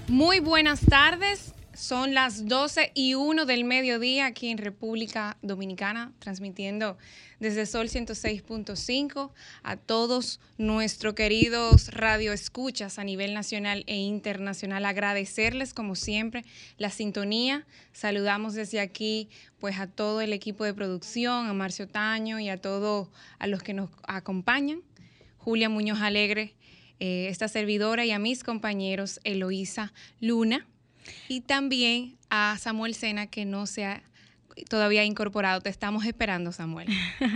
Muy buenas tardes, son las 12:01 del mediodía aquí en República Dominicana, transmitiendo desde Sol 106.5 a todos nuestros queridos radioescuchas a nivel nacional e internacional. Agradecerles como siempre la sintonía. Saludamos desde aquí pues a todo el equipo de producción, a Marcio Taño y a todos a los que nos acompañan. Julia Muñoz Alegre, esta servidora, y a mis compañeros Eloísa Luna, y también a Samuel Sena, que no se ha todavía incorporado. Te estamos esperando, Samuel.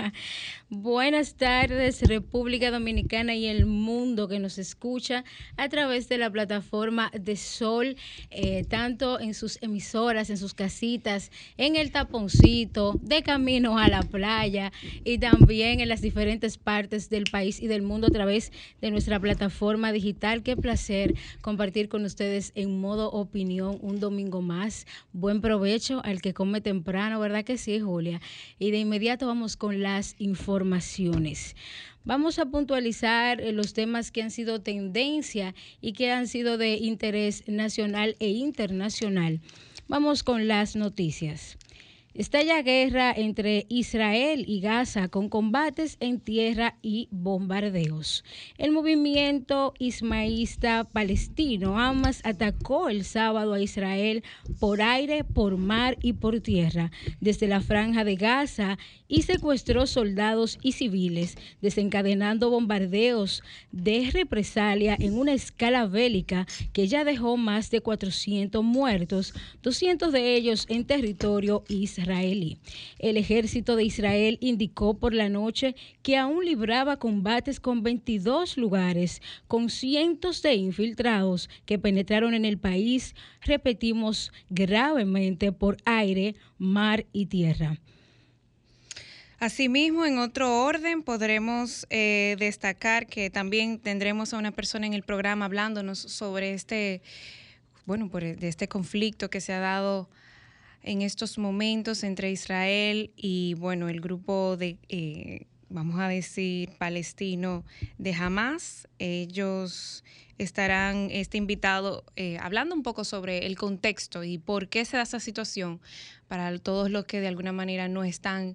Buenas tardes, República Dominicana y el mundo que nos escucha a través de la plataforma de Sol, tanto en sus emisoras, en sus casitas, en el taponcito, de camino a la playa y también en las diferentes partes del país y del mundo a través de nuestra plataforma digital. Qué placer compartir con ustedes en modo opinión un domingo más. Buen provecho al que come temprano, ¿verdad que sí, Julia? Y de inmediato vamos con las informaciones. Vamos a puntualizar los temas que han sido tendencia y que han sido de interés nacional e internacional. Vamos con las noticias. Estalla guerra entre Israel y Gaza con combates en tierra y bombardeos. El movimiento ismaísta palestino Hamas atacó el sábado a Israel por aire, por mar y por tierra desde la franja de Gaza y secuestró soldados y civiles, desencadenando bombardeos de represalia en una escala bélica que ya dejó más de 400 muertos, 200 de ellos en territorio israelí. El ejército de Israel indicó por la noche que aún libraba combates con 22 lugares, con cientos de infiltrados que penetraron en el país, repetimos, gravemente por aire, mar y tierra. Asimismo, en otro orden, podremos destacar que también tendremos a una persona en el programa hablándonos sobre de este conflicto que se ha dado en estos momentos entre Israel y, el grupo de, vamos a decir, palestino de Hamas. Ellos estarán, este invitado, hablando un poco sobre el contexto y por qué se da esa situación para todos los que de alguna manera no están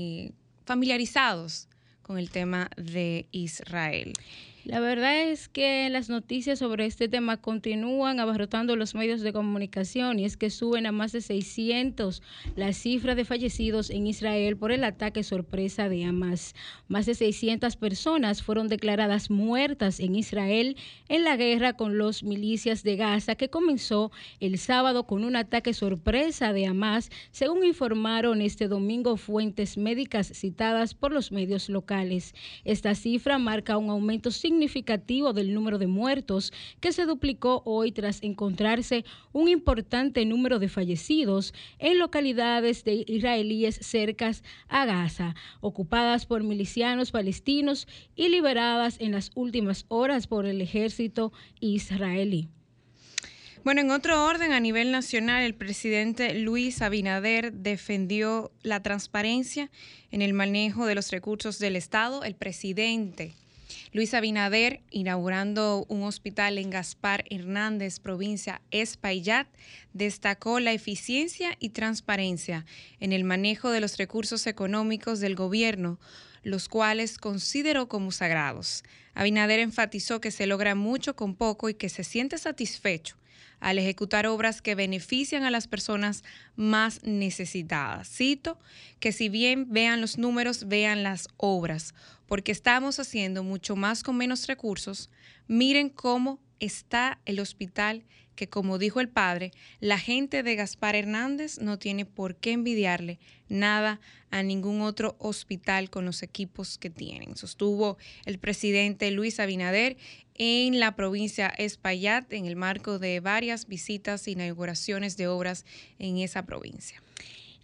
familiarizados con el tema de Israel. La verdad es que las noticias sobre este tema continúan abarrotando los medios de comunicación y es que suben a más de 600 la cifra de fallecidos en Israel por el ataque sorpresa de Hamas. Más de 600 personas fueron declaradas muertas en Israel en la guerra con los milicias de Gaza que comenzó el sábado con un ataque sorpresa de Hamas, según informaron este domingo fuentes médicas citadas por los medios locales. Esta cifra marca un aumento significativo del número de muertos, que se duplicó hoy tras encontrarse un importante número de fallecidos en localidades de israelíes cercanas a Gaza, ocupadas por milicianos palestinos y liberadas en las últimas horas por el ejército israelí. Bueno, en otro orden, a nivel nacional, el presidente Luis Abinader defendió la transparencia en el manejo de los recursos del Estado. El presidente Luis Abinader, inaugurando un hospital en Gaspar Hernández, provincia Espaillat, destacó la eficiencia y transparencia en el manejo de los recursos económicos del gobierno, los cuales consideró como sagrados. Abinader enfatizó que se logra mucho con poco y que se siente satisfecho al ejecutar obras que benefician a las personas más necesitadas. Cito, que si bien vean los números, vean las obras, porque estamos haciendo mucho más con menos recursos. Miren cómo está el hospital, que como dijo el padre, la gente de Gaspar Hernández no tiene por qué envidiarle nada a ningún otro hospital con los equipos que tienen, sostuvo el presidente Luis Abinader en la provincia Espaillat en el marco de varias visitas e inauguraciones de obras en esa provincia.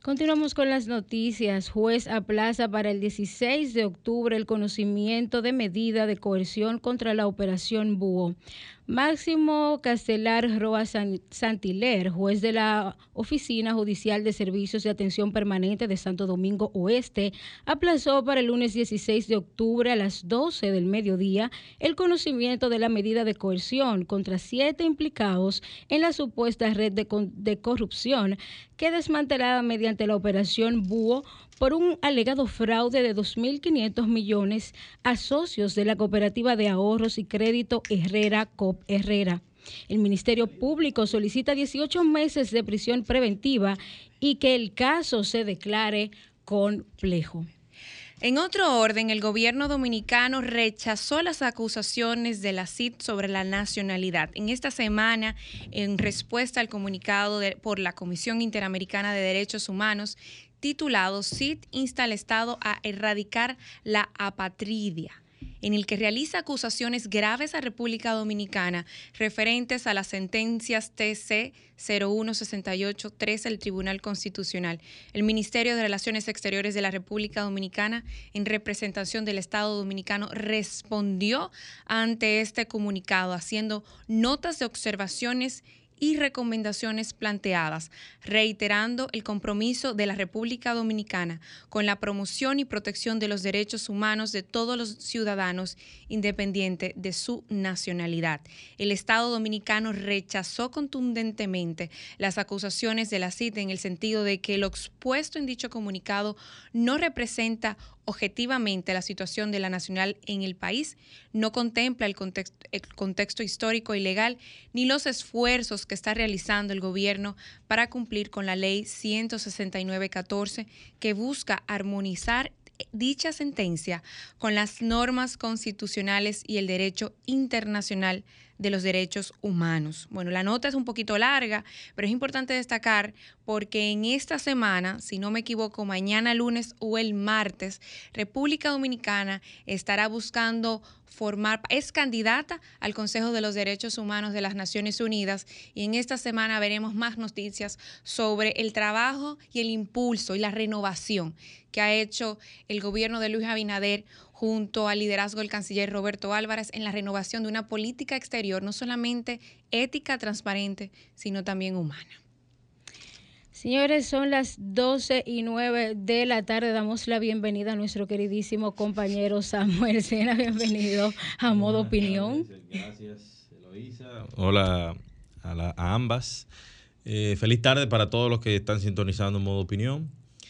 Continuamos con las noticias. Juez aplaza para el 16 de octubre el conocimiento de medida de coerción contra la Operación Búho. Máximo Castelar Roa Santiler, juez de la Oficina Judicial de Servicios de Atención Permanente de Santo Domingo Oeste, aplazó para el lunes 16 de octubre a las 12 del mediodía el conocimiento de la medida de coerción contra 7 implicados en la supuesta red de corrupción que desmantelada mediante la Operación Búho por un alegado fraude de 2.500 millones a socios de la Cooperativa de Ahorros y Crédito Herrera, COP Herrera. El Ministerio Público solicita 18 meses de prisión preventiva y que el caso se declare complejo. En otro orden, el gobierno dominicano rechazó las acusaciones de la CID sobre la nacionalidad. En esta semana, en respuesta al comunicado por la Comisión Interamericana de Derechos Humanos, titulado CID insta al Estado a erradicar la apatridia, en el que realiza acusaciones graves a República Dominicana referentes a las sentencias TC 0168-13 del Tribunal Constitucional. El Ministerio de Relaciones Exteriores de la República Dominicana, en representación del Estado Dominicano, respondió ante este comunicado, haciendo notas de observaciones y recomendaciones planteadas, reiterando el compromiso de la República Dominicana con la promoción y protección de los derechos humanos de todos los ciudadanos, independiente de su nacionalidad. El Estado Dominicano rechazó contundentemente las acusaciones de la CID en el sentido de que lo expuesto en dicho comunicado no representa objetivamente la situación de la nacional en el país, no contempla el contexto histórico y legal ni los esfuerzos que está realizando el gobierno para cumplir con la ley 169-14 que busca armonizar dicha sentencia con las normas constitucionales y el derecho internacional de los derechos humanos. Bueno, la nota es un poquito larga, pero es importante destacar porque en esta semana, si no me equivoco, mañana lunes o el martes, República Dominicana estará buscando es candidata al Consejo de los Derechos Humanos de las Naciones Unidas, y en esta semana veremos más noticias sobre el trabajo y el impulso y la renovación que ha hecho el gobierno de Luis Abinader junto al liderazgo del canciller Roberto Álvarez en la renovación de una política exterior no solamente ética, transparente, sino también humana. Señores, son las 12:09 de la tarde. Damos la bienvenida a nuestro queridísimo compañero Samuel Sena. Bienvenido a Modo Opinión. Gracias, Eloísa. Hola a ambas. Feliz tarde para todos los que están sintonizando Modo Opinión.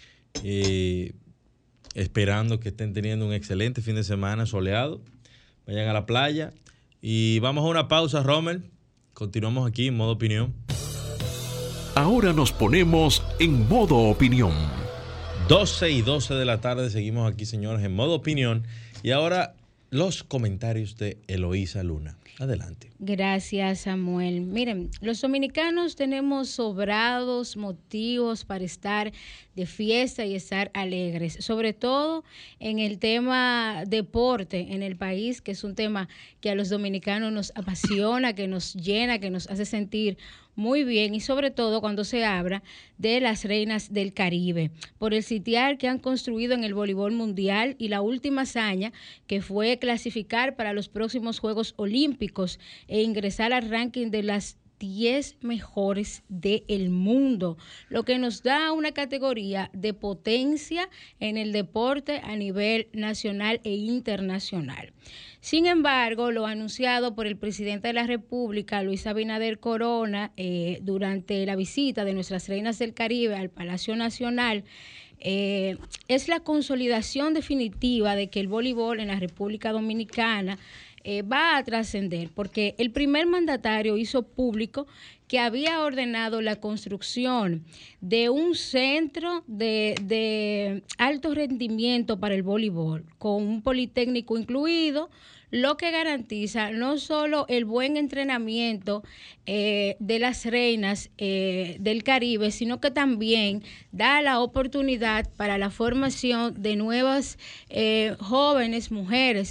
Esperando que estén teniendo un excelente fin de semana soleado. Vayan a la playa. Y vamos a una pausa, Rommel. Continuamos aquí en Modo Opinión. Ahora nos ponemos en Modo Opinión. 12:12 de la tarde, seguimos aquí, señores, en Modo Opinión. Y ahora los comentarios de Eloísa Luna. Adelante. Gracias, Samuel. Miren, los dominicanos tenemos sobrados motivos para estar de fiesta y estar alegres, sobre todo en el tema deporte en el país, que es un tema que a los dominicanos nos apasiona, que nos llena, que nos hace sentir muy bien, y sobre todo cuando se habla de las reinas del Caribe, por el sitial que han construido en el voleibol mundial y la última hazaña que fue clasificar para los próximos Juegos Olímpicos e ingresar al ranking de las 10 mejores del mundo, lo que nos da una categoría de potencia en el deporte a nivel nacional e internacional. Sin embargo, lo anunciado por el presidente de la República, Luis Abinader Corona, durante la visita de nuestras reinas del Caribe al Palacio Nacional, es la consolidación definitiva de que el voleibol en la República Dominicana va a trascender, porque el primer mandatario hizo público que había ordenado la construcción de un centro de alto rendimiento para el voleibol, con un politécnico incluido, lo que garantiza no solo el buen entrenamiento de las reinas del Caribe, sino que también da la oportunidad para la formación de nuevas jóvenes mujeres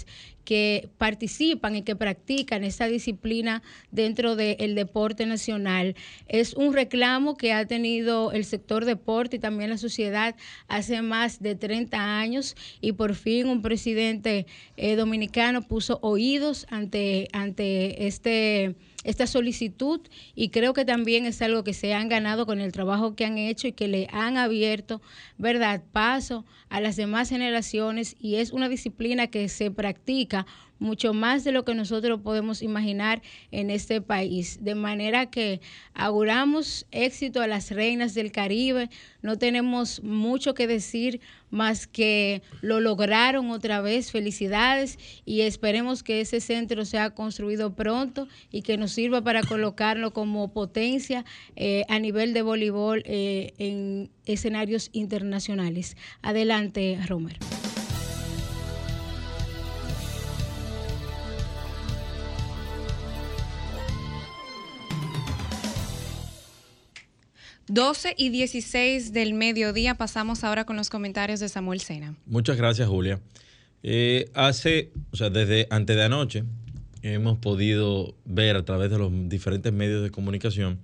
que participan y que practican esa disciplina dentro del deporte nacional. Es un reclamo que ha tenido el sector deporte y también la sociedad hace más de 30 años y por fin un presidente dominicano puso oídos ante esta solicitud y creo que también es algo que se han ganado con el trabajo que han hecho y que le han abierto, ¿verdad?, paso a las demás generaciones y es una disciplina que se practica mucho más de lo que nosotros podemos imaginar en este país. De manera que auguramos éxito a las reinas del Caribe. No tenemos mucho que decir más que lo lograron otra vez. Felicidades y esperemos que ese centro sea construido pronto y que nos sirva para colocarlo como potencia a nivel de voleibol en escenarios internacionales. Adelante, Romer. Doce y 16 del mediodía. Pasamos ahora con los comentarios de Samuel Sena. Muchas gracias, Julia. Desde antes de anoche hemos podido ver a través de los diferentes medios de comunicación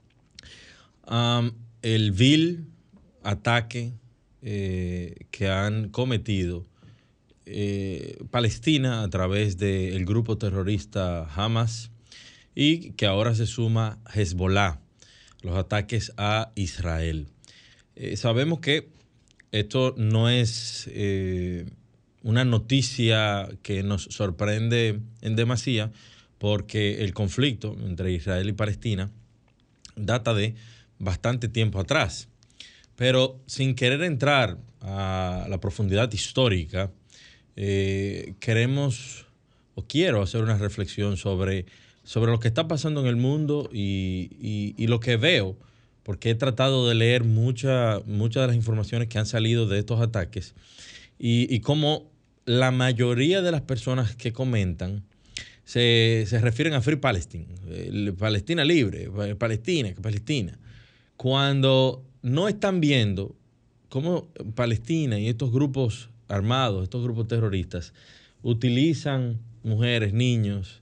el vil ataque que han cometido Palestina a través del grupo terrorista Hamas y que ahora se suma Hezbollah, los ataques a Israel. Sabemos que esto no es una noticia que nos sorprende en demasía, porque el conflicto entre Israel y Palestina data de bastante tiempo atrás. Pero sin querer entrar a la profundidad histórica, quiero hacer una reflexión sobre lo que está pasando en el mundo y lo que veo, porque he tratado de leer muchas de las informaciones que han salido de estos ataques y cómo la mayoría de las personas que comentan se refieren a Free Palestine, Palestina libre, Palestina, cuando no están viendo cómo Palestina y estos grupos armados, estos grupos terroristas, utilizan mujeres, niños,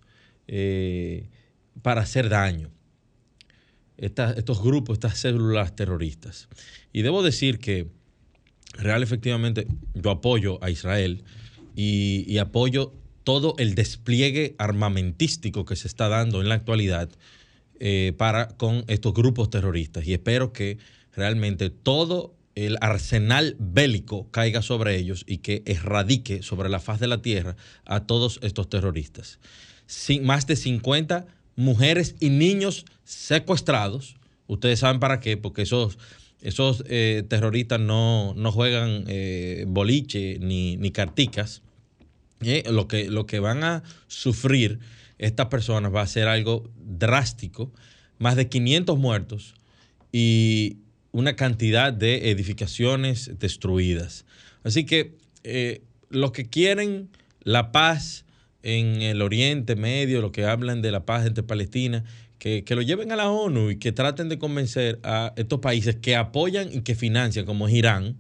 para hacer daño. Estos grupos, estas células terroristas. Y debo decir que efectivamente yo apoyo a Israel y apoyo todo el despliegue armamentístico que se está dando en la actualidad con estos grupos terroristas. Y espero que realmente todo el arsenal bélico caiga sobre ellos y que erradique sobre la faz de la tierra a todos estos terroristas. Más de 50 mujeres y niños secuestrados. Ustedes saben para qué, porque esos terroristas no juegan boliche ni carticas. Lo que van a sufrir estas personas va a ser algo drástico. Más de 500 muertos y una cantidad de edificaciones destruidas. Así que los que quieren la paz en el Oriente Medio, los que hablan de la paz entre Palestina, que lo lleven a la ONU y que traten de convencer a estos países que apoyan y que financian, como es Irán,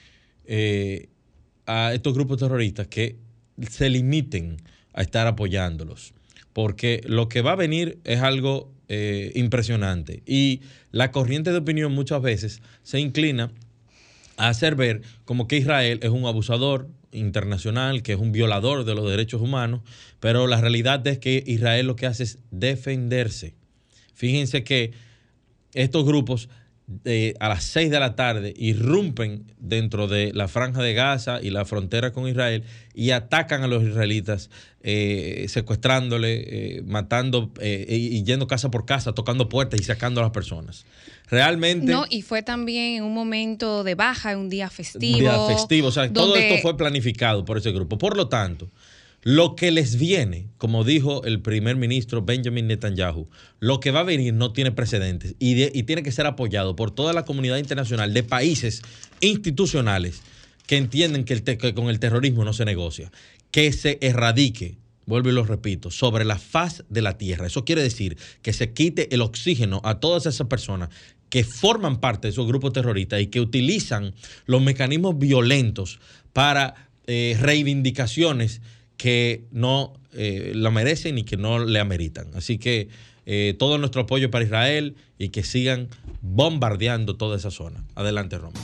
a estos grupos terroristas, que se limiten a estar apoyándolos. Porque lo que va a venir es algo impresionante. Y la corriente de opinión muchas veces se inclina a hacer ver como que Israel es un abusador internacional, que es un violador de los derechos humanos, pero la realidad es que Israel lo que hace es defenderse. Fíjense que estos grupos a las 6 de la tarde irrumpen dentro de la franja de Gaza y la frontera con Israel y atacan a los israelitas, secuestrándole, matando y yendo casa por casa, tocando puertas y sacando a las personas. Realmente... No, y fue también en un momento de baja, un día festivo. Un día festivo, o sea, todo esto fue planificado por ese grupo. Por lo tanto, lo que les viene, como dijo el primer ministro Benjamin Netanyahu, lo que va a venir no tiene precedentes y tiene que ser apoyado por toda la comunidad internacional de países institucionales que entienden que con el terrorismo no se negocia, que se erradique, vuelvo y lo repito, sobre la faz de la tierra. Eso quiere decir que se quite el oxígeno a todas esas personas que forman parte de esos grupos terroristas y que utilizan los mecanismos violentos para reivindicaciones que no la merecen y que no le ameritan. Así que todo nuestro apoyo para Israel y que sigan bombardeando toda esa zona. Adelante, Roma.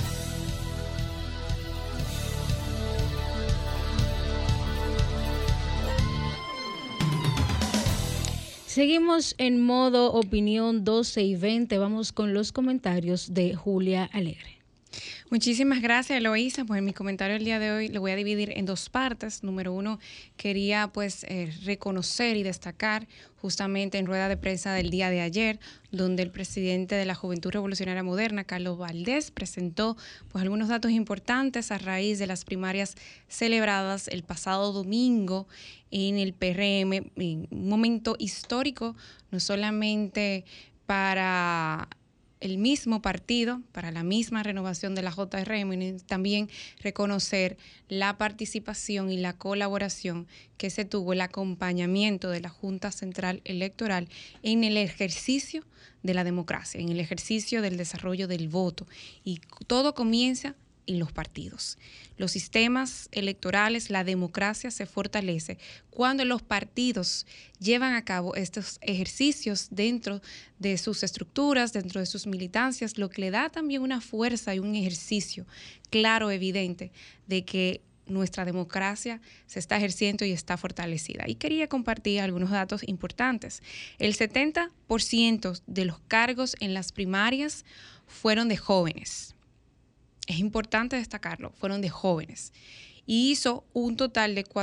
Seguimos en modo opinión 12 y 20. Vamos con los comentarios de Julia Alegre. Muchísimas gracias, Eloísa. Pues mi comentario el día de hoy lo voy a dividir en dos partes. Número uno, quería pues reconocer y destacar justamente en rueda de prensa del día de ayer, donde el presidente de la Juventud Revolucionaria Moderna, Carlos Valdés, presentó pues algunos datos importantes a raíz de las primarias celebradas el pasado domingo en el PRM, en un momento histórico, no solamente para el mismo partido, para la misma renovación de la JRM, y también reconocer la participación y la colaboración que se tuvo, el acompañamiento de la Junta Central Electoral en el ejercicio de la democracia, en el ejercicio del desarrollo del voto. Y todo comienza en los partidos. Los sistemas electorales, la democracia se fortalece cuando los partidos llevan a cabo estos ejercicios dentro de sus estructuras, dentro de sus militancias, lo que le da también una fuerza y un ejercicio claro, evidente, de que nuestra democracia se está ejerciendo y está fortalecida. Y quería compartir algunos datos importantes. El 70% de los cargos en las primarias fueron de jóvenes. Es importante destacarlo, fueron de jóvenes. Y hizo un total de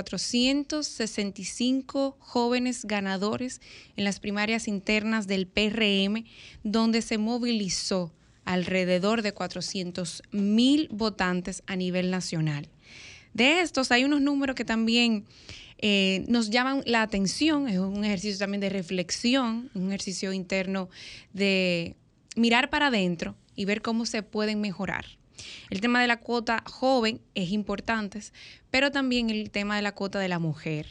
465 jóvenes ganadores en las primarias internas del PRM, donde se movilizó alrededor de 400,000 votantes a nivel nacional. De estos hay unos números que también nos llaman la atención. Es un ejercicio también de reflexión, un ejercicio interno de mirar para adentro y ver cómo se pueden mejorar. El tema de la cuota joven es importante, pero también el tema de la cuota de la mujer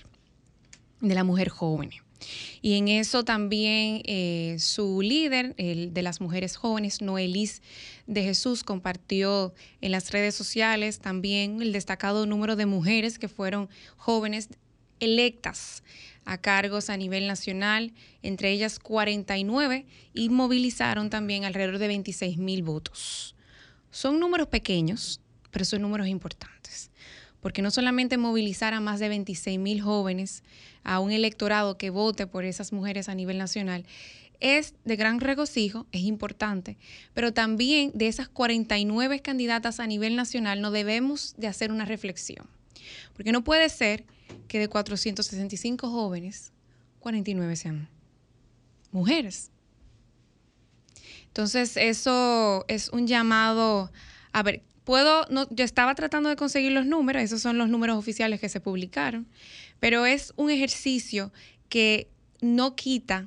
joven. Y en eso también su líder, el de las mujeres jóvenes, Noelis de Jesús, compartió en las redes sociales también el destacado número de mujeres que fueron jóvenes electas a cargos a nivel nacional, entre ellas 49, y movilizaron también alrededor de 26,000 votos. Son números pequeños, pero son números importantes, porque no solamente movilizar a más de 26,000 jóvenes, a un electorado que vote por esas mujeres a nivel nacional, es de gran regocijo, es importante, pero también de esas 49 candidatas a nivel nacional no debemos de hacer una reflexión, porque no puede ser que de 465 jóvenes, 49 sean mujeres. Entonces, eso es un llamado. A ver, yo estaba tratando de conseguir los números, esos son los números oficiales que se publicaron, pero es un ejercicio que no quita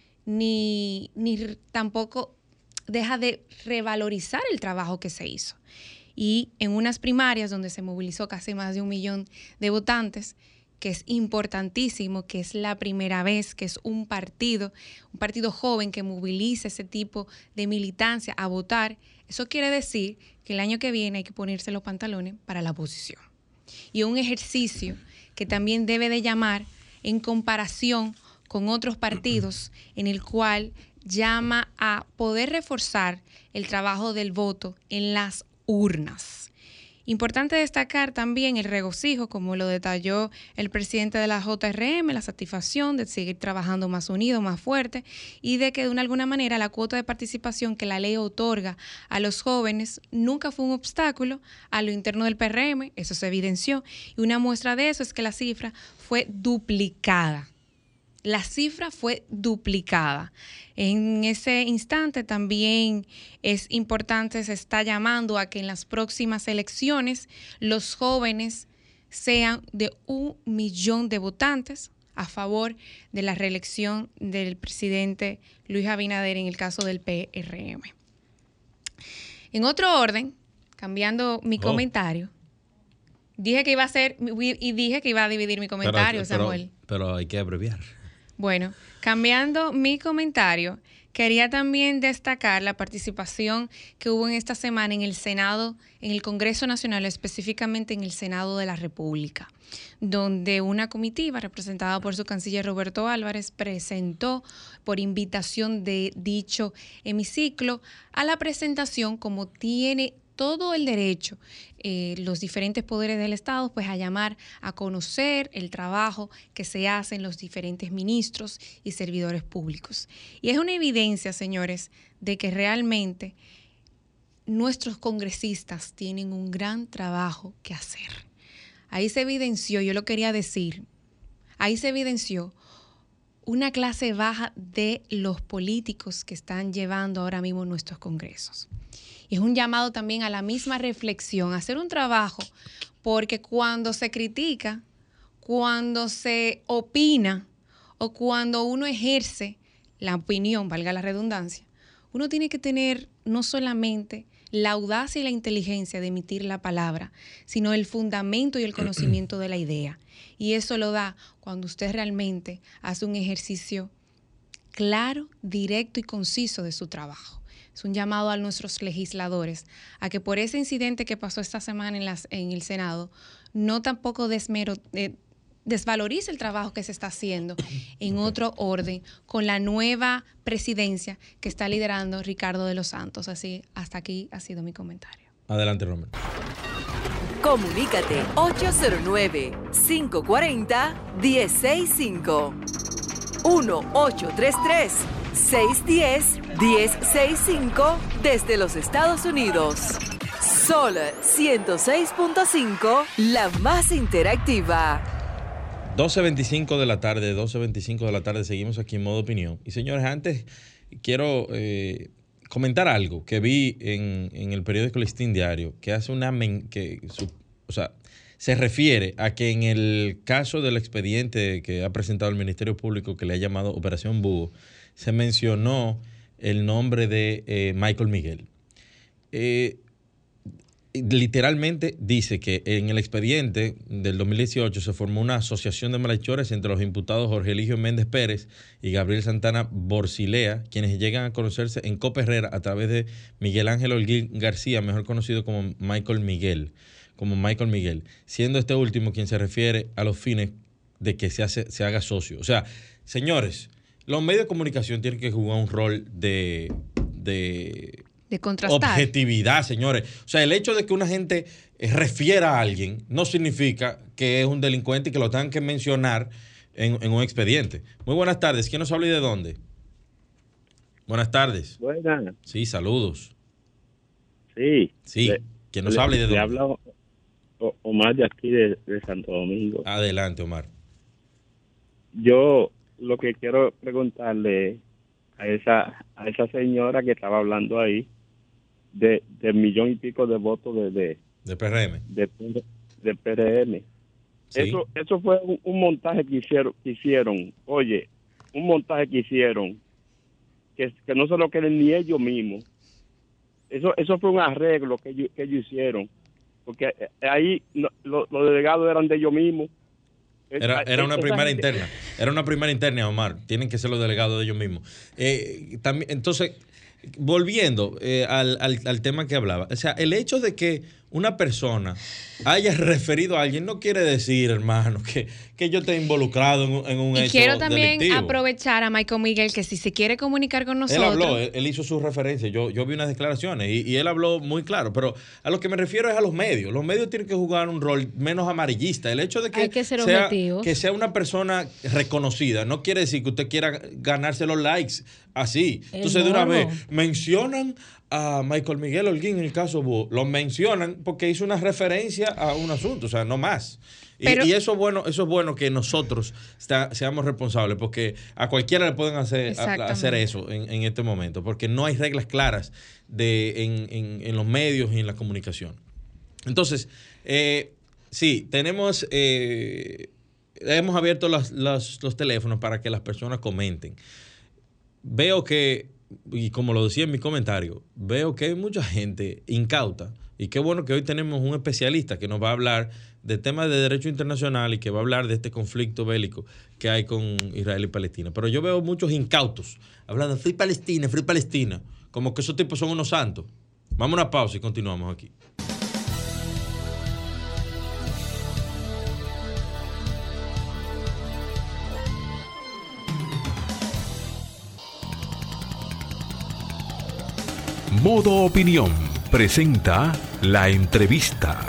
ni tampoco deja de revalorizar el trabajo que se hizo. Y en unas primarias donde se movilizó casi más de 1 millón de votantes, que es importantísimo, que es la primera vez que es un partido joven que moviliza ese tipo de militancia a votar, eso quiere decir que el año que viene hay que ponerse los pantalones para la oposición. Y un ejercicio que también debe de llamar en comparación con otros partidos, en el cual llama a poder reforzar el trabajo del voto en las urnas. Importante destacar también el regocijo, como lo detalló el presidente de la JRM, la satisfacción de seguir trabajando más unido, más fuerte, y de que de alguna manera la cuota de participación que la ley otorga a los jóvenes nunca fue un obstáculo a lo interno del PRM, eso se evidenció, y una muestra de eso es que la cifra fue duplicada. La cifra fue duplicada. En ese instante también es importante, se está llamando a que en las próximas elecciones los jóvenes sean de 1 millón de votantes a favor de la reelección del presidente Luis Abinader en el caso del PRM. En otro orden, cambiando mi comentario, dije que iba a dividir mi comentario, Samuel. Pero hay que abreviar. Bueno, cambiando mi comentario, Quería también destacar la participación que hubo en esta semana en el Senado, en el Congreso Nacional, específicamente en el Senado de la República, donde una comitiva representada por su canciller Roberto Álvarez presentó por invitación de dicho hemiciclo a la presentación, como tiene todo el derecho los diferentes poderes del Estado, pues a llamar a conocer el trabajo que se hace en los diferentes ministros y servidores públicos. Y es una evidencia, señores, de que realmente nuestros congresistas tienen un gran trabajo que hacer. Ahí se evidenció, yo lo quería decir, ahí se evidenció una clase baja de los políticos que están llevando ahora mismo nuestros congresos. Y es un llamado también a la misma reflexión, a hacer un trabajo, porque cuando se critica, cuando se opina o cuando uno ejerce la opinión, valga la redundancia, uno tiene que tener no solamente la audacia y la inteligencia de emitir la palabra, sino el fundamento y el conocimiento de la idea. Y eso lo da cuando usted realmente hace un ejercicio claro, directo y conciso de su trabajo. Es un llamado a nuestros legisladores a que por ese incidente que pasó esta semana en el Senado, no tampoco desvalorice el trabajo que se está haciendo en otro orden con la nueva presidencia que está liderando Ricardo de los Santos. Así, hasta aquí ha sido mi comentario. Adelante, Romero. Comunícate 809-540-1065. 1-833-610-1065 desde los Estados Unidos. Sol 106.5, la más interactiva. 12:25 de la tarde, 12:25 de la tarde, seguimos aquí en Modo Opinión. Y señores, antes quiero comentar algo que vi en el periódico Listín Diario, que hace se refiere a que en el caso del expediente que ha presentado el Ministerio Público, que le ha llamado Operación Búho, se mencionó el nombre de Michael Miguel. Literalmente dice que en el expediente del 2018 se formó una asociación de malhechores entre los imputados Jorge Eligio Méndez Pérez y Gabriel Santana Borcilea, quienes llegan a conocerse en Copa Herrera a través de Miguel Ángel Holguín García, mejor conocido como Michael Miguel, siendo este último quien se refiere a los fines de que se haga socio. O sea, señores, los medios de comunicación tienen que jugar un rol de contrastar. Objetividad, señores. O sea, el hecho de que una gente refiera a alguien no significa que es un delincuente y que lo tengan que mencionar en un expediente. Muy buenas tardes. ¿Quién nos habla y de dónde? Buenas tardes. Buenas. Sí, saludos. Sí. ¿Quién nos habla y de dónde? Le habla Omar de aquí de Santo Domingo. Adelante, Omar. Yo lo que quiero preguntarle a esa señora que estaba hablando ahí de 1,000,000 y pico de votos de PRM. De PRM. Sí. Eso fue un montaje que hicieron. Oye, un montaje que hicieron que no se lo creen ni ellos mismos. Eso fue un arreglo que ellos hicieron. Porque ahí los delegados eran de ellos mismos. Era una primaria interna. Era una primaria interna, Omar. Tienen que ser los delegados de ellos mismos. También, entonces, volviendo al tema que hablaba. O sea, el hecho de que una persona haya referido a alguien no quiere decir, hermano, que yo esté involucrado en un hecho delictivo. Y quiero también aprovechar a Michael Miguel, que si se quiere comunicar con nosotros. Él habló, él hizo sus referencias. Yo vi unas declaraciones y él habló muy claro. Pero a lo que me refiero es a los medios. Los medios tienen que jugar un rol menos amarillista. El hecho de que, hay que ser objetivos. Que sea una persona reconocida no quiere decir que usted quiera ganarse los likes así. Entonces, de una vez, mencionan a Michael Miguel Holguín en el caso Búho. Lo mencionan porque hizo una referencia a un asunto, o sea, no más. Y eso es bueno que nosotros seamos responsables, porque a cualquiera le pueden hacer eso en este momento, porque no hay reglas claras en los medios y en la comunicación. Entonces, sí, hemos abierto los teléfonos para que las personas comenten. Veo que y como lo decía en mi comentario, veo que hay mucha gente incauta y qué bueno que hoy tenemos un especialista que nos va a hablar de temas de derecho internacional y que va a hablar de este conflicto bélico que hay con Israel y Palestina. Pero yo veo muchos incautos hablando Free Palestina, como que esos tipos son unos santos. Vamos a una pausa y continuamos aquí. Modo Opinión presenta la entrevista.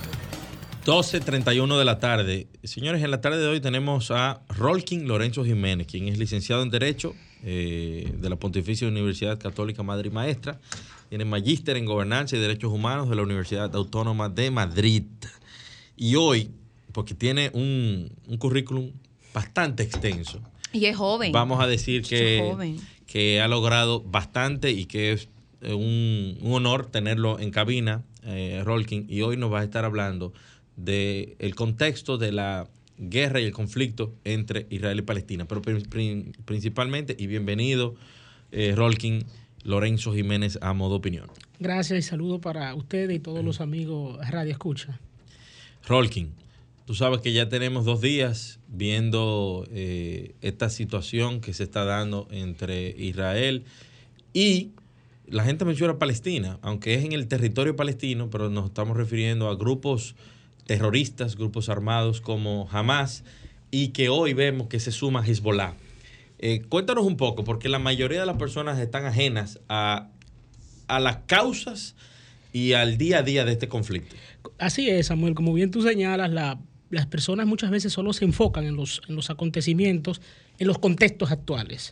12:31 de la tarde. Señores, en la tarde de hoy tenemos a Rolkin Lorenzo Jiménez, quien es licenciado en Derecho de la Pontificia Universidad Católica Madre y Maestra. Tiene magíster en Gobernanza y Derechos Humanos de la Universidad Autónoma de Madrid. Y hoy, porque tiene un currículum bastante extenso. Y es joven. Vamos a decir que ha logrado bastante y que es un honor tenerlo en cabina, Rolkin, y hoy nos va a estar hablando del contexto de la guerra y el conflicto entre Israel y Palestina. Pero principalmente, y bienvenido, Rolkin Lorenzo Jiménez, a Modo Opinión. Gracias y saludo para ustedes y todos los amigos Radio Escucha. Rolkin, tú sabes que ya tenemos 2 días viendo esta situación que se está dando entre Israel y la gente menciona Palestina, aunque es en el territorio palestino, pero nos estamos refiriendo a grupos terroristas, grupos armados como Hamas, y que hoy vemos que se suma Hezbollah. Cuéntanos un poco, porque la mayoría de las personas están ajenas a las causas y al día a día de este conflicto. Así es, Samuel. Como bien tú señalas, las personas muchas veces solo se enfocan en los acontecimientos, en los contextos actuales.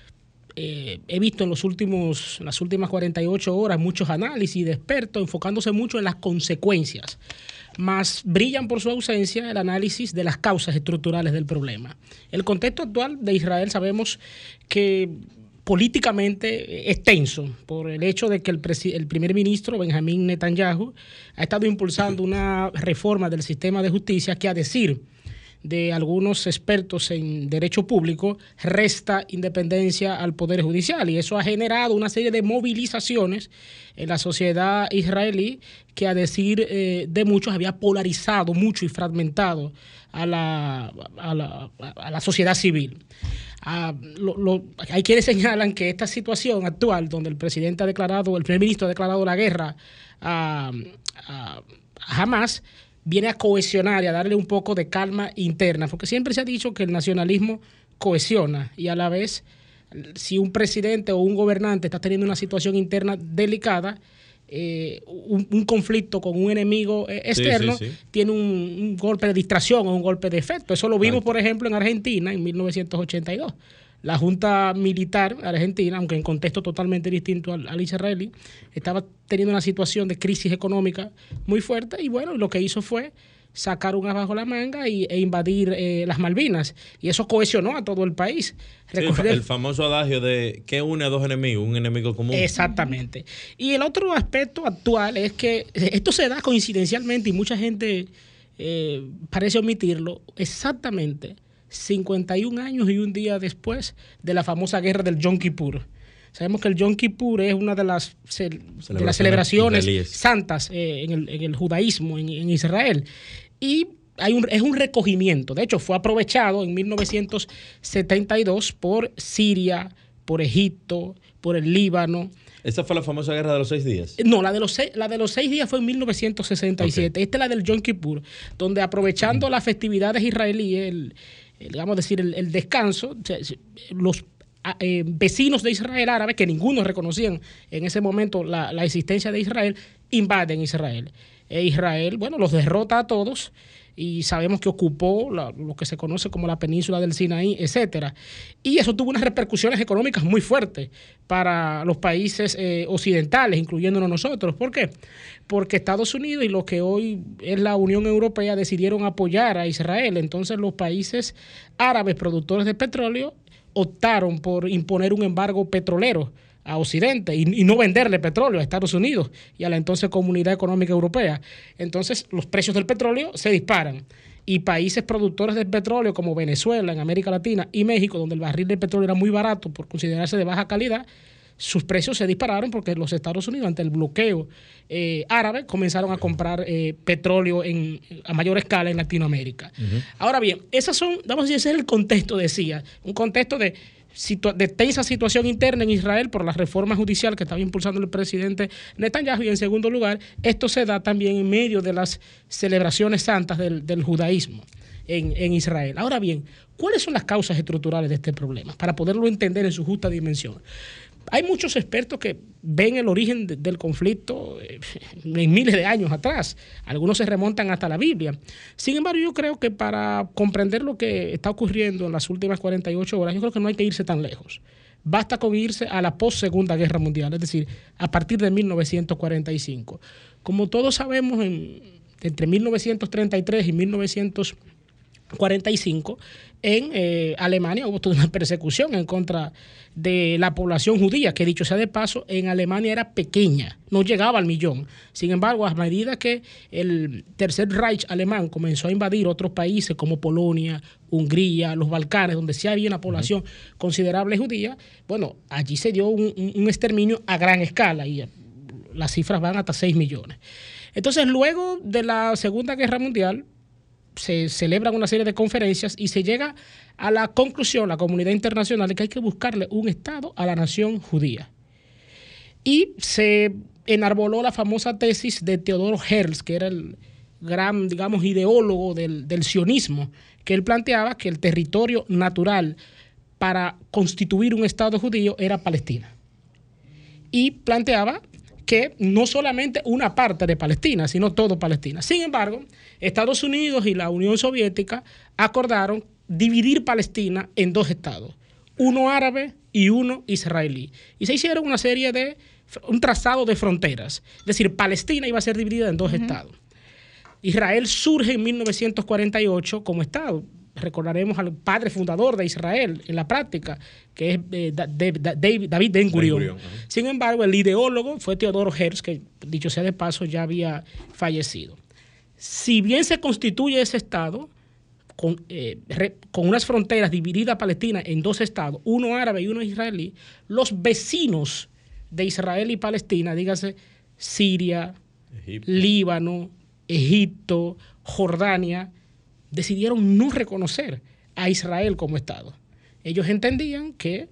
He visto en las últimas 48 horas muchos análisis de expertos enfocándose mucho en las consecuencias, más brillan por su ausencia el análisis de las causas estructurales del problema. El contexto actual de Israel sabemos que políticamente es tenso por el hecho de que el primer ministro Benjamín Netanyahu ha estado impulsando una reforma del sistema de justicia que, a decir de algunos expertos en derecho público, resta independencia al Poder Judicial, y eso ha generado una serie de movilizaciones en la sociedad israelí que, a decir de muchos, había polarizado mucho y fragmentado a la sociedad civil. Hay quienes señalan que esta situación actual, donde el primer ministro ha declarado la guerra a Hamas, viene a cohesionar y a darle un poco de calma interna, porque siempre se ha dicho que el nacionalismo cohesiona, y a la vez, si un presidente o un gobernante está teniendo una situación interna delicada, un conflicto con un enemigo externo tiene un golpe de distracción o un golpe de efecto. Eso lo vimos, por ejemplo, en Argentina en 1982. La Junta Militar argentina, aunque en contexto totalmente distinto al israelí, estaba teniendo una situación de crisis económica muy fuerte, y bueno, lo que hizo fue sacar un as bajo la manga e invadir las Malvinas, y eso cohesionó a todo el país. Sí, el famoso adagio de ¿qué une a dos enemigos? Un enemigo común. Exactamente. Y el otro aspecto actual es que esto se da coincidencialmente, y mucha gente parece omitirlo, exactamente 51 años y un día después de la famosa guerra del Yom Kippur. Sabemos que el Yom Kippur es una de las celebraciones santas en el judaísmo en Israel, y es un recogimiento. De hecho, fue aprovechado en 1972 por Siria, por Egipto, por el Líbano. ¿Esa fue la famosa guerra de los 6 días? No, la de los 6 días fue en 1967. Okay. Esta es la del Yom Kippur, donde, aprovechando las festividades israelíes, el descanso, los vecinos de Israel árabes, que ninguno reconocían en ese momento la existencia de Israel, invaden Israel. Israel, bueno, los derrota a todos, y sabemos que ocupó lo que se conoce como la península del Sinaí, etcétera. Y eso tuvo unas repercusiones económicas muy fuertes para los países occidentales, incluyéndonos nosotros. ¿Por qué? Porque Estados Unidos y lo que hoy es la Unión Europea decidieron apoyar a Israel. Entonces los países árabes productores de petróleo optaron por imponer un embargo petrolero a Occidente y no venderle petróleo a Estados Unidos y a la entonces Comunidad Económica Europea. Entonces los precios del petróleo se disparan, y países productores de petróleo como Venezuela en América Latina y México, donde el barril de petróleo era muy barato por considerarse de baja calidad, sus precios se dispararon porque los Estados Unidos, ante el bloqueo árabe, comenzaron a comprar petróleo a mayor escala en Latinoamérica. Ahora bien, esas son, vamos a decir, ese es el contexto, decía, un contexto de tensa situación interna en Israel por la reforma judicial que estaba impulsando el presidente Netanyahu, y en segundo lugar, esto se da también en medio de las celebraciones santas del judaísmo en Israel. Ahora bien, ¿cuáles son las causas estructurales de este problema? Para poderlo entender en su justa dimensión. Hay muchos expertos que ven el origen del conflicto en miles de años atrás. Algunos se remontan hasta la Biblia. Sin embargo, yo creo que para comprender lo que está ocurriendo en las últimas 48 horas, yo creo que no hay que irse tan lejos. Basta con irse a la post-Segunda Guerra Mundial, es decir, a partir de 1945. Como todos sabemos, entre 1933 y 1945, en Alemania hubo toda una persecución en contra de la población judía, que dicho sea de paso, en Alemania era pequeña, no llegaba al 1.000.000. Sin embargo, a medida que el Tercer Reich alemán comenzó a invadir otros países como Polonia, Hungría, los Balcanes, donde sí había una población considerable judía, bueno, allí se dio un exterminio a gran escala y las cifras van hasta 6 millones. Entonces, luego de la Segunda Guerra Mundial, se celebran una serie de conferencias y se llega a la conclusión, la comunidad internacional, de que hay que buscarle un Estado a la nación judía. Y se enarboló la famosa tesis de Theodor Herzl, que era el gran, digamos, ideólogo del sionismo, que él planteaba que el territorio natural para constituir un Estado judío era Palestina. Y planteaba que no solamente una parte de Palestina, sino todo Palestina. Sin embargo, Estados Unidos y la Unión Soviética acordaron dividir Palestina en 2 estados, uno árabe y uno israelí. Y se hicieron un trazado de fronteras. Es decir, Palestina iba a ser dividida en 2 estados. Israel surge en 1948 como estado. Recordaremos al padre fundador de Israel en la práctica, que es David Ben Gurion. Sin embargo, el ideólogo fue Theodor Herzl, que dicho sea de paso ya había fallecido. Si bien se constituye ese estado con unas fronteras divididas Palestina en 2 estados, uno árabe y uno israelí, los vecinos de Israel y Palestina, dígase Siria, Líbano, Egipto, Jordania, decidieron no reconocer a Israel como Estado. Ellos entendían que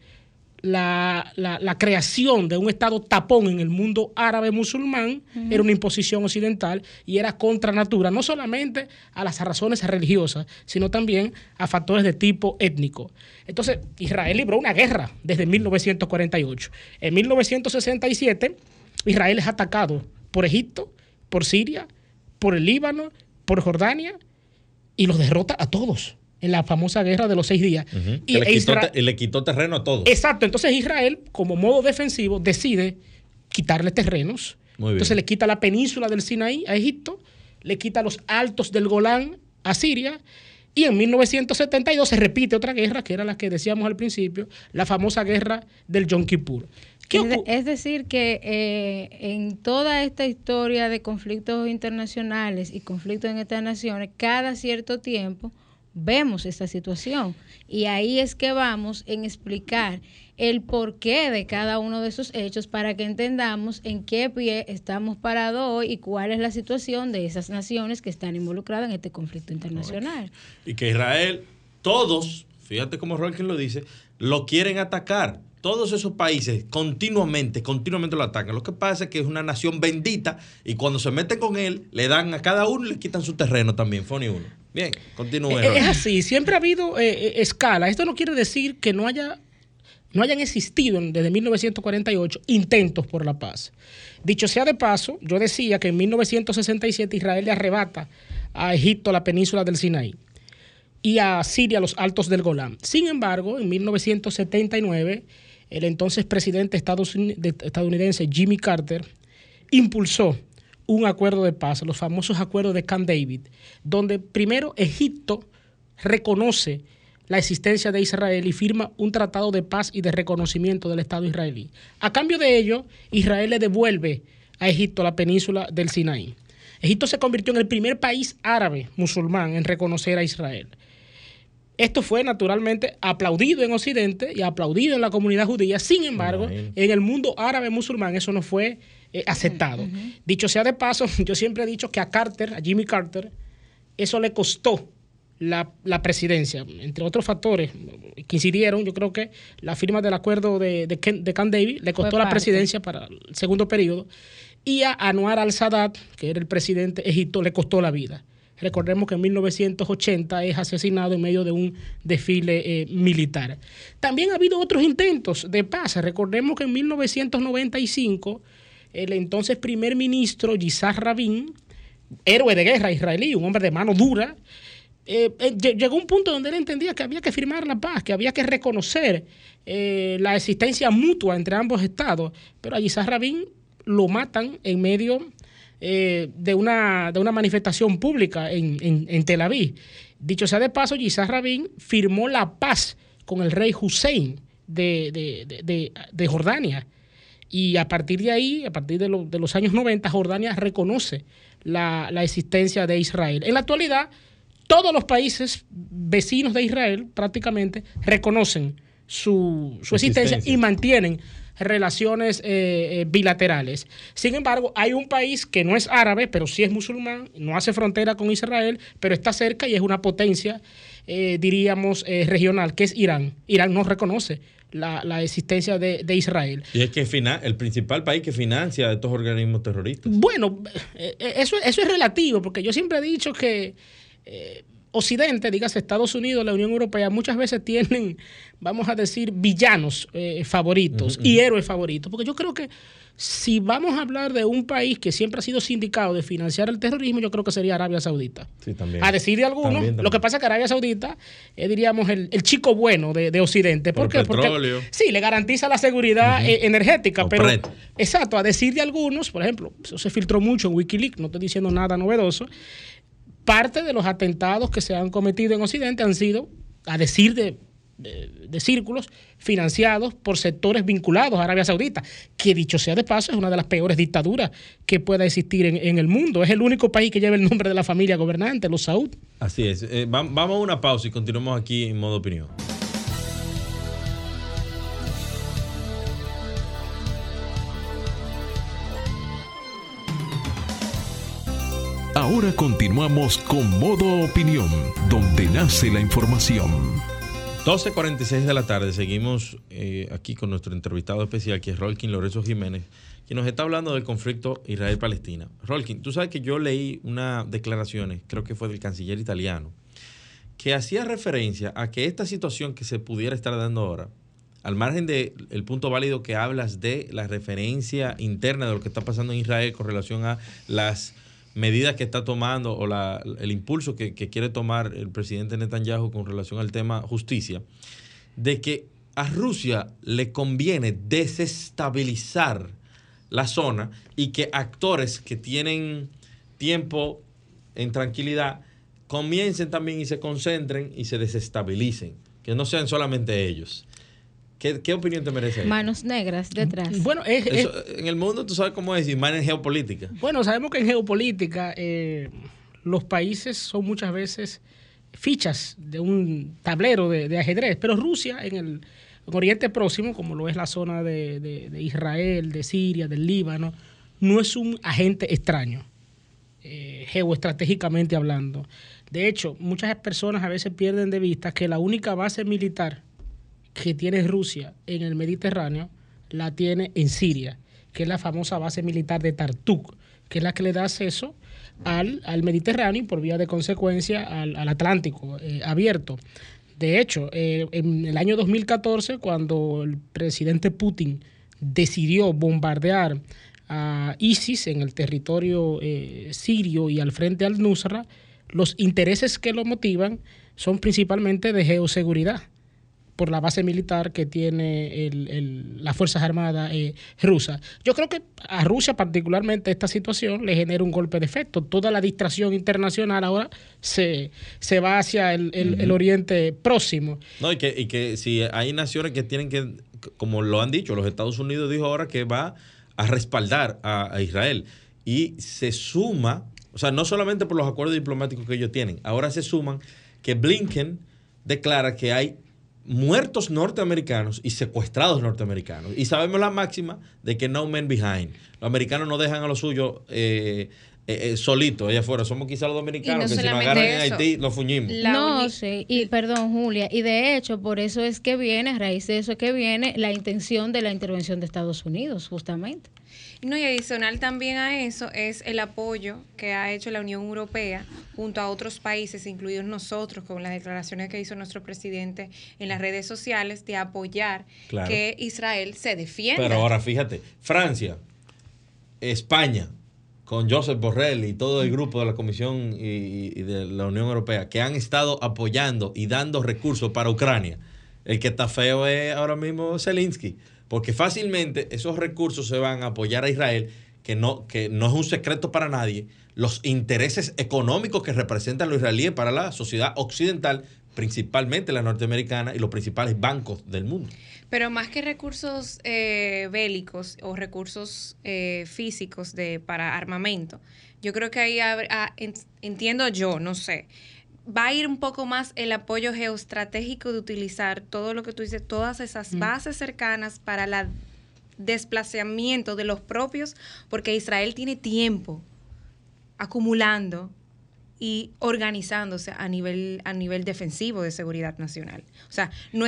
la creación de un Estado tapón en el mundo árabe musulmán era una imposición occidental y era contra natura, no solamente a las razones religiosas, sino también a factores de tipo étnico. Entonces, Israel libró una guerra desde 1948. En 1967, Israel es atacado por Egipto, por Siria, por el Líbano, por Jordania, y los derrota a todos en la famosa guerra de los 6 días. Y le quitó terreno a todos. Exacto. Entonces Israel, como modo defensivo, decide quitarle terrenos. Entonces le quita la península del Sinaí a Egipto, le quita los altos del Golán a Siria, y en 1972 se repite otra guerra, que era la que decíamos al principio, la famosa guerra del Yom Kippur. Es decir, que en toda esta historia de conflictos internacionales y conflictos en estas naciones, cada cierto tiempo vemos esta situación. Y ahí es que vamos en explicar el porqué de cada uno de esos hechos para que entendamos en qué pie estamos parados hoy y cuál es la situación de esas naciones que están involucradas en este conflicto internacional. Y que Israel, todos, fíjate cómo Rolkin lo dice, lo quieren atacar. Todos esos países continuamente lo atacan. Lo que pasa es que es una nación bendita y cuando se meten con él, le dan a cada uno y le quitan su terreno también. Fue ni uno. Bien, continúe. Es así, siempre ha habido escala. Esto no quiere decir que no hayan existido desde 1948 intentos por la paz. Dicho sea de paso, yo decía que en 1967 Israel le arrebata a Egipto la península del Sinaí y a Siria los altos del Golán. Sin embargo, en 1979, el entonces presidente estadounidense Jimmy Carter impulsó un acuerdo de paz, los famosos acuerdos de Camp David, donde primero Egipto reconoce la existencia de Israel y firma un tratado de paz y de reconocimiento del Estado israelí. A cambio de ello, Israel le devuelve a Egipto la península del Sinaí. Egipto se convirtió en el primer país árabe musulmán en reconocer a Israel. Esto fue naturalmente aplaudido en Occidente y aplaudido en la comunidad judía. Sin embargo, en el mundo árabe musulmán eso no fue aceptado. Dicho sea de paso, yo siempre he dicho que a Jimmy Carter, eso le costó la presidencia, entre otros factores que incidieron. Yo creo que la firma del acuerdo de Camp David le costó la presidencia para el segundo periodo, y a Anwar al-Sadat, que era el presidente de Egipto, le costó la vida. Recordemos que en 1980 es asesinado en medio de un desfile militar. También ha habido otros intentos de paz. Recordemos que en 1995 el entonces primer ministro Yitzhak Rabin, héroe de guerra israelí, un hombre de mano dura, llegó a un punto donde él entendía que había que firmar la paz, que había que reconocer la existencia mutua entre ambos estados, pero a Yitzhak Rabin lo matan en medio de una manifestación pública en Tel Aviv. Dicho sea de paso, Yitzhak Rabin firmó la paz con el rey Hussein de Jordania, y a partir de ahí, a partir de los años 90, Jordania reconoce la existencia de Israel. En la actualidad, todos los países vecinos de Israel prácticamente reconocen su existencia y mantienen relaciones bilaterales. Sin embargo, hay un país que no es árabe, pero sí es musulmán, no hace frontera con Israel, pero está cerca y es una potencia, diríamos, regional, que es Irán. Irán no reconoce la existencia de Israel. Y es que el principal país que financia a estos organismos terroristas. Bueno, eso es relativo, porque yo siempre he dicho que Occidente, dígase Estados Unidos, la Unión Europea, muchas veces tienen, vamos a decir, villanos favoritos y héroes favoritos, porque yo creo que si vamos a hablar de un país que siempre ha sido sindicado de financiar el terrorismo, yo creo que sería Arabia Saudita. Sí, también. A decir de algunos, también. Lo que pasa es que Arabia Saudita es, diríamos, el chico bueno de Occidente. ¿Por qué? Porque sí, le garantiza la seguridad energética, pero exacto, a decir de algunos, por ejemplo, eso se filtró mucho en Wikileaks, no estoy diciendo nada novedoso, parte de los atentados que se han cometido en Occidente han sido, a decir de círculos, financiados por sectores vinculados a Arabia Saudita, que dicho sea de paso es una de las peores dictaduras que pueda existir en el mundo. Es el único país que lleva el nombre de la familia gobernante, los Saud. Así es. Vamos a una pausa y continuamos aquí en Modo Opinión. Ahora continuamos con Modo Opinión, donde nace la información. 12:46 de la tarde, seguimos aquí con nuestro entrevistado especial, que es Rolkin Lorenzo Jiménez, quien nos está hablando del conflicto Israel-Palestina. Rolkin, tú sabes que yo leí unas declaraciones, creo que fue del canciller italiano, que hacía referencia a que esta situación que se pudiera estar dando ahora, al margen del punto válido que hablas de la referencia interna de lo que está pasando en Israel con relación a las medidas que está tomando o el impulso que quiere tomar el presidente Netanyahu con relación al tema justicia, de que a Rusia le conviene desestabilizar la zona y que actores que tienen tiempo en tranquilidad comiencen también y se concentren y se desestabilicen, que no sean solamente ellos. ¿Qué opinión te merece? Manos negras detrás. Bueno, en el mundo tú sabes cómo es, y más en geopolítica. Bueno, sabemos que en geopolítica los países son muchas veces fichas de un tablero de ajedrez, pero Rusia en el Oriente Próximo, como lo es la zona de Israel, de Siria, del Líbano, no es un agente extraño, geoestratégicamente hablando. De hecho, muchas personas a veces pierden de vista que la única base militar que tiene Rusia en el Mediterráneo la tiene en Siria, que es la famosa base militar de Tartuk, que es la que le da acceso al Mediterráneo y por vía de consecuencia al Atlántico abierto. De hecho, en el año 2014, cuando el presidente Putin decidió bombardear a ISIS en el territorio sirio y al frente al-Nusra, los intereses que lo motivan son principalmente de geoseguridad, por la base militar que tiene las Fuerzas Armadas rusas. Yo creo que a Rusia particularmente esta situación le genera un golpe de efecto. Toda la distracción internacional ahora se va hacia el Oriente Próximo. No, y que si hay naciones que tienen que, como lo han dicho, los Estados Unidos dijo ahora que va a respaldar a Israel. Y se suma, o sea, no solamente por los acuerdos diplomáticos que ellos tienen, ahora se suman que Blinken declara que hay muertos norteamericanos y secuestrados norteamericanos. Y sabemos la máxima de que no man behind. Los americanos no dejan a los suyos solitos allá afuera. Somos quizás los dominicanos que si nos agarran en Haití, los fuñimos. No, sí. Y perdón, Julia. Y de hecho, por eso es que viene, a raíz de eso es que viene la intención de la intervención de Estados Unidos, justamente. No, y adicional también a eso es el apoyo que ha hecho la Unión Europea junto a otros países, incluidos nosotros, con las declaraciones que hizo nuestro presidente en las redes sociales de apoyar que Israel se defienda. Pero ahora fíjate, Francia, España, con Josep Borrell y todo el grupo de la Comisión y de la Unión Europea, que han estado apoyando y dando recursos para Ucrania. El que está feo es ahora mismo Zelensky. Porque fácilmente esos recursos se van a apoyar a Israel, que no es un secreto para nadie, los intereses económicos que representan los israelíes para la sociedad occidental, principalmente la norteamericana y los principales bancos del mundo. Pero más que recursos bélicos o recursos físicos para armamento, yo creo que ahí entiendo yo, no sé, va a ir un poco más el apoyo geoestratégico de utilizar todo lo que tú dices, todas esas bases cercanas para el desplazamiento de los propios, porque Israel tiene tiempo acumulando y organizándose a nivel defensivo de seguridad nacional. O sea, no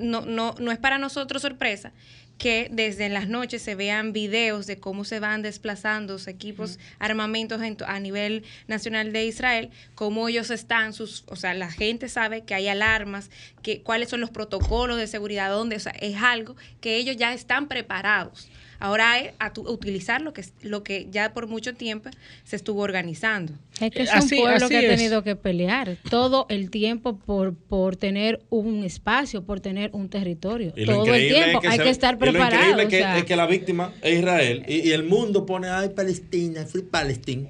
es para nosotros sorpresa que desde las noches se vean videos de cómo se van desplazando los equipos, armamentos a nivel nacional de Israel, cómo ellos están, o sea, la gente sabe que hay alarmas, cuáles son los protocolos de seguridad, o sea, es algo que ellos ya están preparados. Ahora es utilizar lo que ya por mucho tiempo se estuvo organizando. Es que es un pueblo que ha tenido que pelear todo el tiempo por tener un espacio, por tener un territorio. Todo el tiempo hay que estar preparado. Lo increíble es que la víctima es Israel y el mundo pone, ay, Palestina, free Palestine.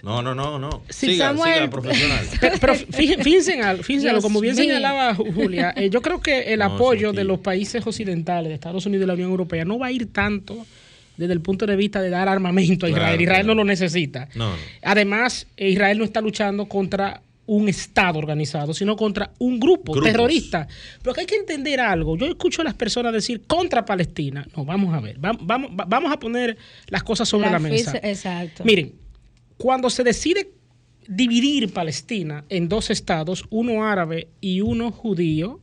No. Sí, siga profesional. Pero fíjense algo, como bien señalaba Julia, yo creo que el apoyo de los países occidentales, de Estados Unidos y la Unión Europea, no va a ir tanto desde el punto de vista de dar armamento a Israel. Israel no lo necesita. No. Además, Israel no está luchando contra un Estado organizado, sino contra un grupo terrorista. Pero hay que entender algo. Yo escucho a las personas decir contra Palestina. No, vamos a ver. Vamos a poner las cosas sobre la mesa. Exacto. Miren, cuando se decide dividir Palestina en dos estados, uno árabe y uno judío,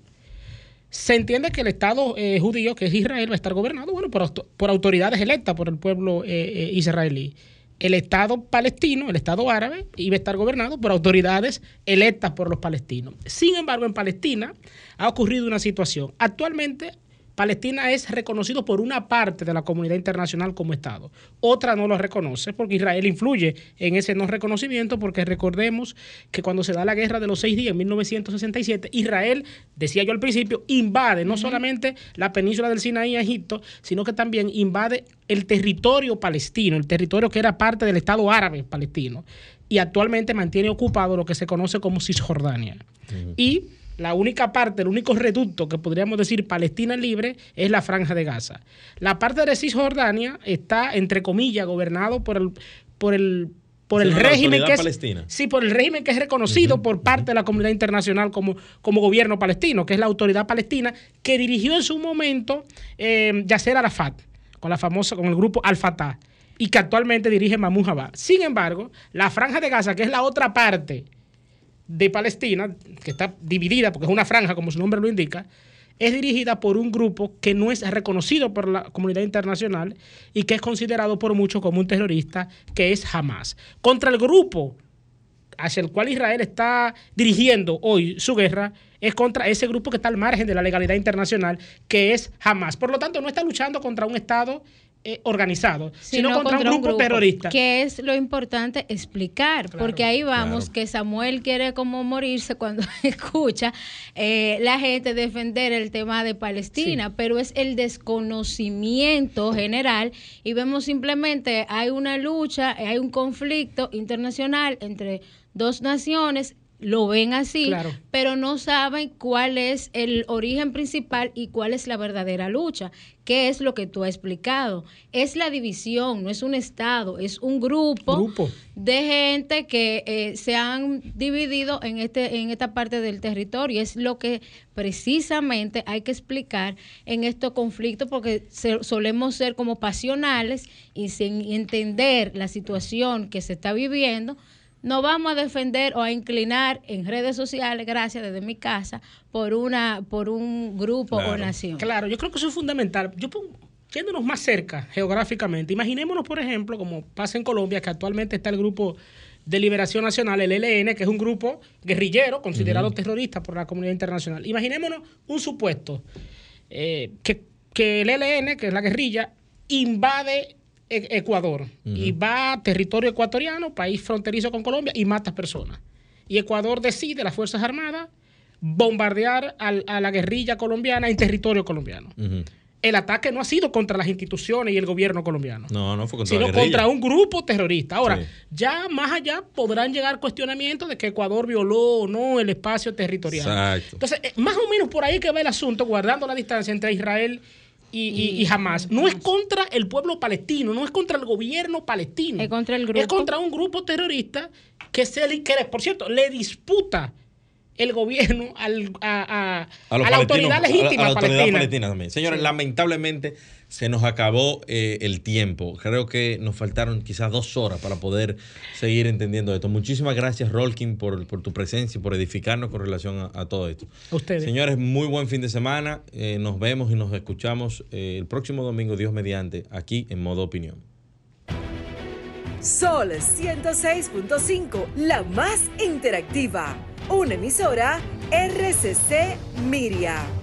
se entiende que el estado judío, que es Israel, va a estar gobernado por autoridades electas por el pueblo israelí. El estado palestino, el estado árabe, iba a estar gobernado por autoridades electas por los palestinos. Sin embargo, en Palestina ha ocurrido una situación. Actualmente, Palestina es reconocido por una parte de la comunidad internacional como Estado. Otra no lo reconoce porque Israel influye en ese no reconocimiento, porque recordemos que cuando se da la guerra de los 6 días en 1967, Israel, decía yo al principio, invade no solamente la península del Sinaí a Egipto, sino que también invade el territorio palestino, el territorio que era parte del Estado árabe palestino, y actualmente mantiene ocupado lo que se conoce como Cisjordania. Y la única parte, el único reducto que podríamos decir Palestina libre es la Franja de Gaza. La parte de Cisjordania está, entre comillas, gobernado por el régimen que es palestina. Sí, por el régimen que es reconocido por parte de la comunidad internacional como gobierno palestino, que es la autoridad palestina que dirigió en su momento Yasser Arafat con el grupo Al-Fatah, y que actualmente dirige Mahmoud Abbas. Sin embargo, la Franja de Gaza, que es la otra parte de Palestina, que está dividida porque es una franja, como su nombre lo indica, es dirigida por un grupo que no es reconocido por la comunidad internacional y que es considerado por muchos como un terrorista, que es Hamas. Contra el grupo hacia el cual Israel está dirigiendo hoy su guerra, es contra ese grupo que está al margen de la legalidad internacional, que es Hamas. Por lo tanto, no está luchando contra un Estado organizado, sino contra un grupo terrorista. Que es lo importante explicar, porque ahí vamos, que Samuel quiere como morirse cuando escucha la gente defender el tema de Palestina, pero es el desconocimiento general, y vemos simplemente hay una lucha, hay un conflicto internacional entre dos naciones lo ven así, Claro. pero no saben cuál es el origen principal y cuál es la verdadera lucha. ¿Qué es lo que tú has explicado? Es la división, no es un Estado, es un grupo. De gente que se han dividido en esta parte del territorio. Es lo que precisamente hay que explicar en estos conflictos, porque solemos ser como pasionales y sin entender la situación que se está viviendo, no vamos a defender o a inclinar en redes sociales, gracias, desde mi casa, por un grupo o nación. Claro, yo creo que eso es fundamental. Yéndonos más cerca geográficamente, imaginémonos, por ejemplo, como pasa en Colombia, que actualmente está el Grupo de Liberación Nacional, el ELN, que es un grupo guerrillero considerado terrorista por la comunidad internacional. Imaginémonos un supuesto, que el ELN, que es la guerrilla, invade Ecuador y va a territorio ecuatoriano, país fronterizo con Colombia, y mata personas. Y Ecuador decide, las Fuerzas Armadas, bombardear a la guerrilla colombiana en territorio colombiano. El ataque no ha sido contra las instituciones y el gobierno colombiano. No fue contra sino la guerrilla. contra un grupo terrorista. Ahora, ya más allá podrán llegar cuestionamientos de que Ecuador violó o no el espacio territorial. Exacto. Entonces, más o menos por ahí que va el asunto, guardando la distancia entre Israel y Hamas. No es contra el pueblo palestino, no es contra el gobierno palestino. Es contra el grupo. Es contra un grupo terrorista que por cierto, le disputa el gobierno a la autoridad legítima a la autoridad palestina. palestina también. Señores, lamentablemente se nos acabó el tiempo. Creo que nos faltaron quizás 2 horas para poder seguir entendiendo esto. Muchísimas gracias, Rolkin, por tu presencia y por edificarnos con relación a todo esto. A ustedes. Señores, muy buen fin de semana. Nos vemos y nos escuchamos el próximo domingo, Dios mediante, aquí en Modo Opinión. Sol 106.5, la más interactiva. Una emisora RCC Miria.